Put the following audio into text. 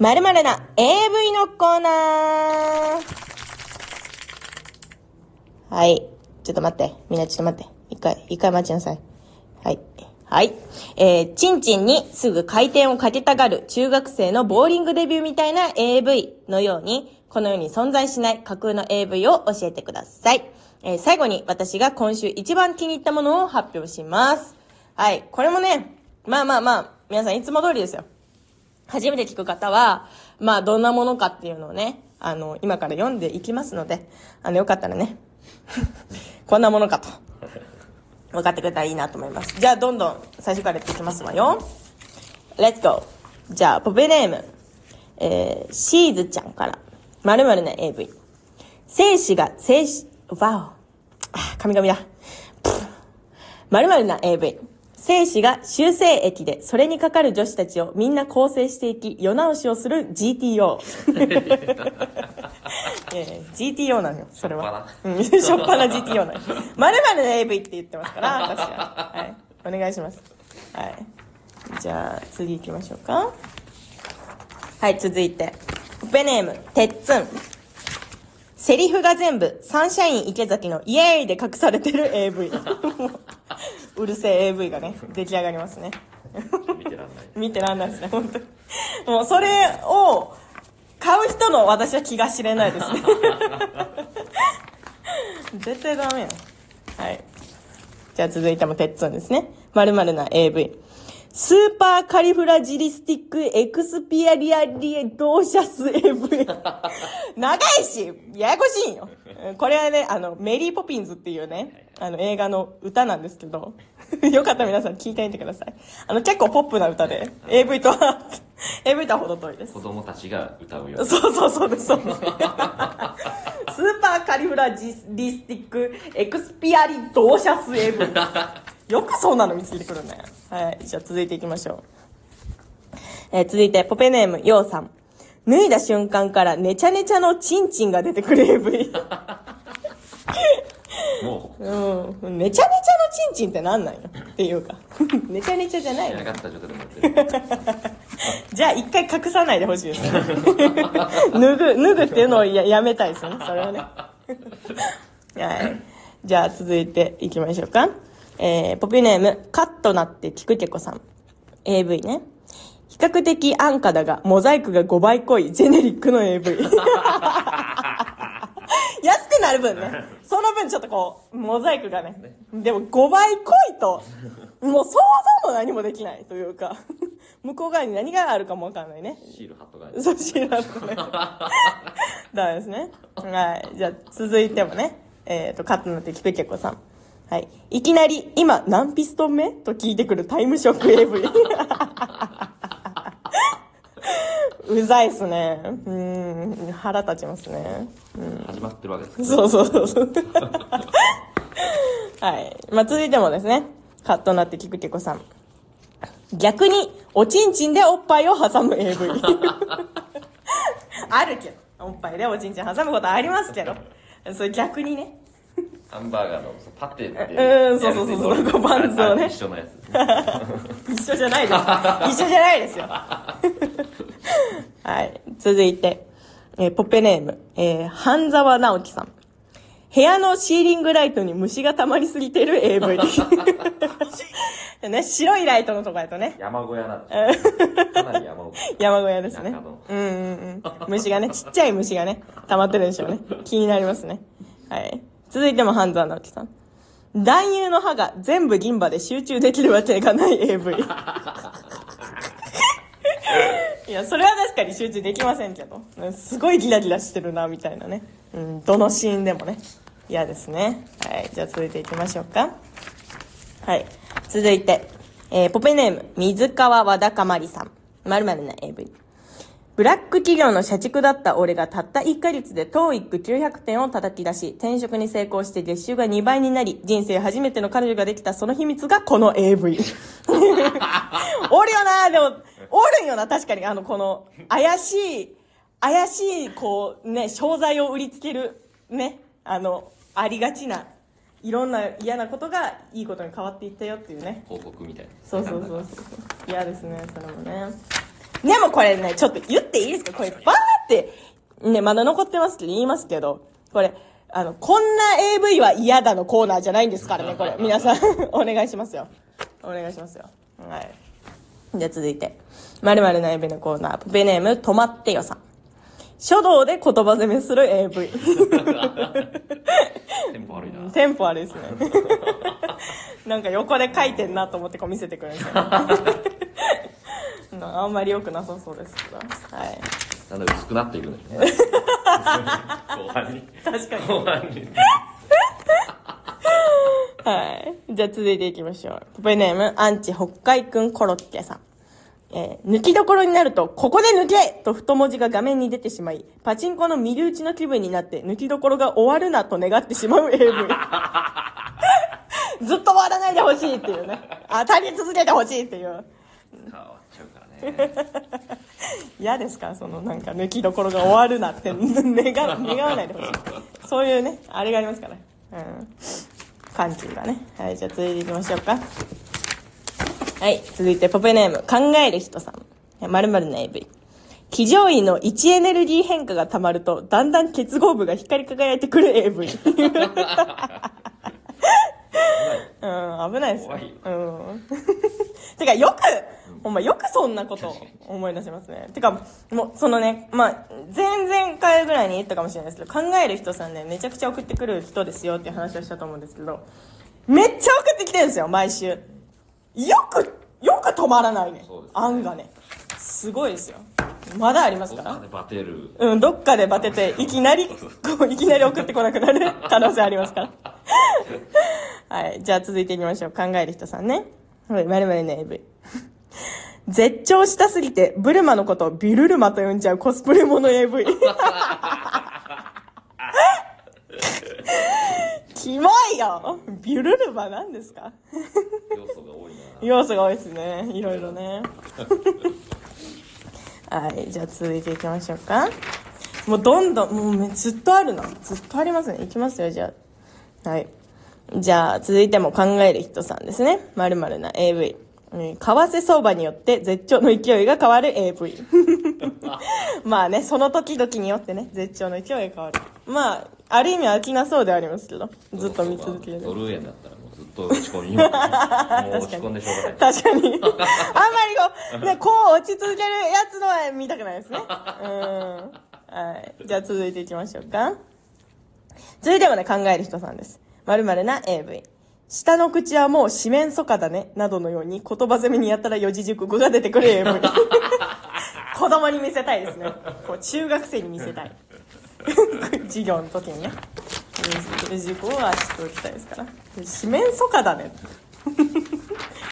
〇〇な AV のコーナー。はい。ちょっと待って。みんなちょっと待って。一回待ちなさい。はい。はい。チンチンにすぐ回転をかけたがる中学生のボーリングデビューみたいな AV のように、この世に存在しない架空の AV を教えてください。最後に私が今週一番気に入ったものを発表します。はい。これもね、まあ、皆さんいつも通りですよ。初めて聞く方は、どんなものかっていうのをね、今から読んでいきますので、よかったらね、こんなものかと、分かってくれたらいいなと思います。じゃあ、どんどん最初からやっていきますわよ。Let's go! じゃあ、ポペネーム、シーズちゃんから、〇〇な AV。わお。神々だ。〇〇な AV。精子が修正液でそれにかかる女子たちをみんな構成していき世直しをする GTO。GTO なのよ、それは。しょっぱな GTO なのよ。〇〇の AV って言ってますから、私は。はい。お願いします。はい。じゃあ、次行きましょうか。はい、続いて。ペネーム、てっつん。セリフが全部、サンシャイン池崎のイエーイで隠されてる AV。うるせえ AV がね、出来上がりますね。見てらんないですね、本当に。もうそれを買う人の私は気が知れないですね。絶対ダメよ。はい。じゃあ続いてもてっつんですね。〇〇な AV。スーパーカリフラジリスティックエクスピアリアリエドーシャス AV。長いし、ややこしいんよ。これはね、メリーポピンズっていうね、映画の歌なんですけど、よかったら皆さん聞いてみてください。結構ポップな歌で、AV とは程遠いです。 子供たちが歌うような。 そうです。スーパーカリフラジリスティックエクスピアリドーシャス AV。よくそんなの見つけてくるね。はい。じゃあ続いていきましょう。続いて、ポペネーム、ヨウさん。脱いだ瞬間からネチャネチャのチンチンが出てくる AV。 もう。 ネチャネチャのチンチンってなんなんよっていうか。ネチャネチャじゃないの。 上がった状態で持ってる。 じゃあ一回隠さないでほしいですね。脱ぐっていうのをやめたいですよね。それはね。はい。じゃあ続いていきましょうか。ポピュネーム、カットなってキクケコさん。AV ね。比較的安価だが、モザイクが5倍濃いジェネリックの AV。安くなる分ね。その分ちょっとこう、モザイクがね。でも5倍濃いと、もう想像も何もできないというか、向こう側に何があるかもわかんないね。 シール貼っとかない。 そう、シール貼っとかない。ダメですね。はい。じゃあ続いてもね、カットなってキクケコさん。はい。いきなり、今何ピストン目と聞いてくるタイムショック AV。うざいっすね。腹立ちますね。 始まってるわけですね。 そう。はい。続いてもですね、カットなってキクケコさん。逆に、おちんちんでおっぱいを挟む AV。あるけど。おっぱいでおちんちん挟むことありますけど。それ逆にね。 ハンバーガーのパテっていう。 そう。バンズをね。 一緒のやつ。 一緒じゃないですよ。はい。続いて、ポペネーム、半沢直樹さん。部屋のシーリングライトに虫が溜まりすぎてる AV。ね、白いライトのとこやとね。 山小屋なんですよ。かなり山小屋ですね。虫がね、ちっちゃい虫がね、溜まってるでしょうね。気になりますね。はい。続いても半沢直樹さん。男優の歯が全部銀歯で集中できるわけがない AV。いや、それは確かに集中できませんけど。すごいギラギラしてるな、みたいなね。どのシーンでもね。嫌ですね。はい。じゃあ続いていきましょうか。はい。続いて、ポペネーム、水川和田かまりさん。〇〇な AV。ブラック企業の社畜だった俺がたった1ヶ月で TOEIC900 点を叩き出し、転職に成功して月収が2倍になり、人生初めての彼女ができたその秘密がこの AV。おるよな、でも、おるんよな、確かに。この、怪しい、こう、ね、商材を売りつける、ね、ありがちな、いろんな嫌なことがいいことに変わっていったよっていうね。 報告みたいな。 そう。嫌ですね、それもね。 でもこれね、ちょっと言っていいですか？これバーって、ね、まだ残ってますって言いますけど、これ、こんな AV は嫌だのコーナーじゃないんですからね、これ。皆さん、お願いしますよ。お願いしますよ。はい。じゃあ続いて、〇〇な AV のコーナー、ポペネーム、止まってよさん。書道で言葉攻めする AV。 テンポ悪いな。 テンポ悪いですね。なんか横で書いてんなと思ってこう見せてくれるんですよ。あんまり良くなさそうですけど。はい。 だんだん薄くなっていくんですね。後半に。 確かに。 後半に。 はい。じゃあ続いていきましょう。ポペネーム、アンチ北海くんコロッケさん。抜きどころになると、ここで抜けと太文字が画面に出てしまい、パチンコの見る打ちの気分になって、抜きどころが終わるなと願ってしまう AV。ずっと終わらないでほしいっていうね。当たり続けてほしいっていう。 変わっちゃうからね。 嫌ですか？そのなんか抜きどころが終わるなって願わないでほしい。そういうね、あれがありますから。うん。緩急がね。はい、じゃあ続いていきましょうか。はい、続いてポペネーム、考える人さん。〇〇の AV。騎乗位の位置エネルギー変化が溜まると、だんだん結合部が光り輝いてくる AV。うん、危ないですよ。うん。てか、よくそんなこと思い出しますね。てか、もう、そのね、まあ、前々回ぐらいに言ったかもしれないですけど、考える人さんね、めちゃくちゃ送ってくる人ですよっていう話をしたと思うんですけど、めっちゃ送ってきてるんですよ、毎週。よく止まらないね。案がね。すごいですよ。まだありますから。 どっかでバテる。 うん、どっかでバテて、いきなり送ってこなくなる可能性ありますから。はい。じゃあ続いていきましょう。考える人さんね。はい、〇〇の AV。絶頂したすぎて、ブルマのことをビルルマと呼んじゃうコスプレモノ AV。キモいよ。ビルルマなんですか？ 要素が多いな。 要素が多いですね。いろいろね。はい。じゃあ続いていきましょうか。もうどんどん、もうずっとあるな。ずっとありますね。いきますよ、じゃあ。はい。じゃあ続いても考える人さんですね。〇〇な AV。為替相場によって絶頂の勢いが変わる AV。まあね、その時々によってね、絶頂の勢いが変わる。まあ、ある意味飽きなそうではありますけど、ずっと見続ける。 ドル円だったらもうずっと落ち込み。もう落ち込んでしょうがない。 確かに。あんまりこう落ち続けるやつのは見たくないですね。はい。じゃあ続いていきましょうか。続いてもね、考える人さんです。〇〇な AV。下の口はもう四面楚歌だね、などのように言葉攻めにやったら四字熟語が出てくる AV。子供に見せたいですね。こう中学生に見せたい。授業の時にね。四字熟語は知っておきたいですから。四面楚歌だね。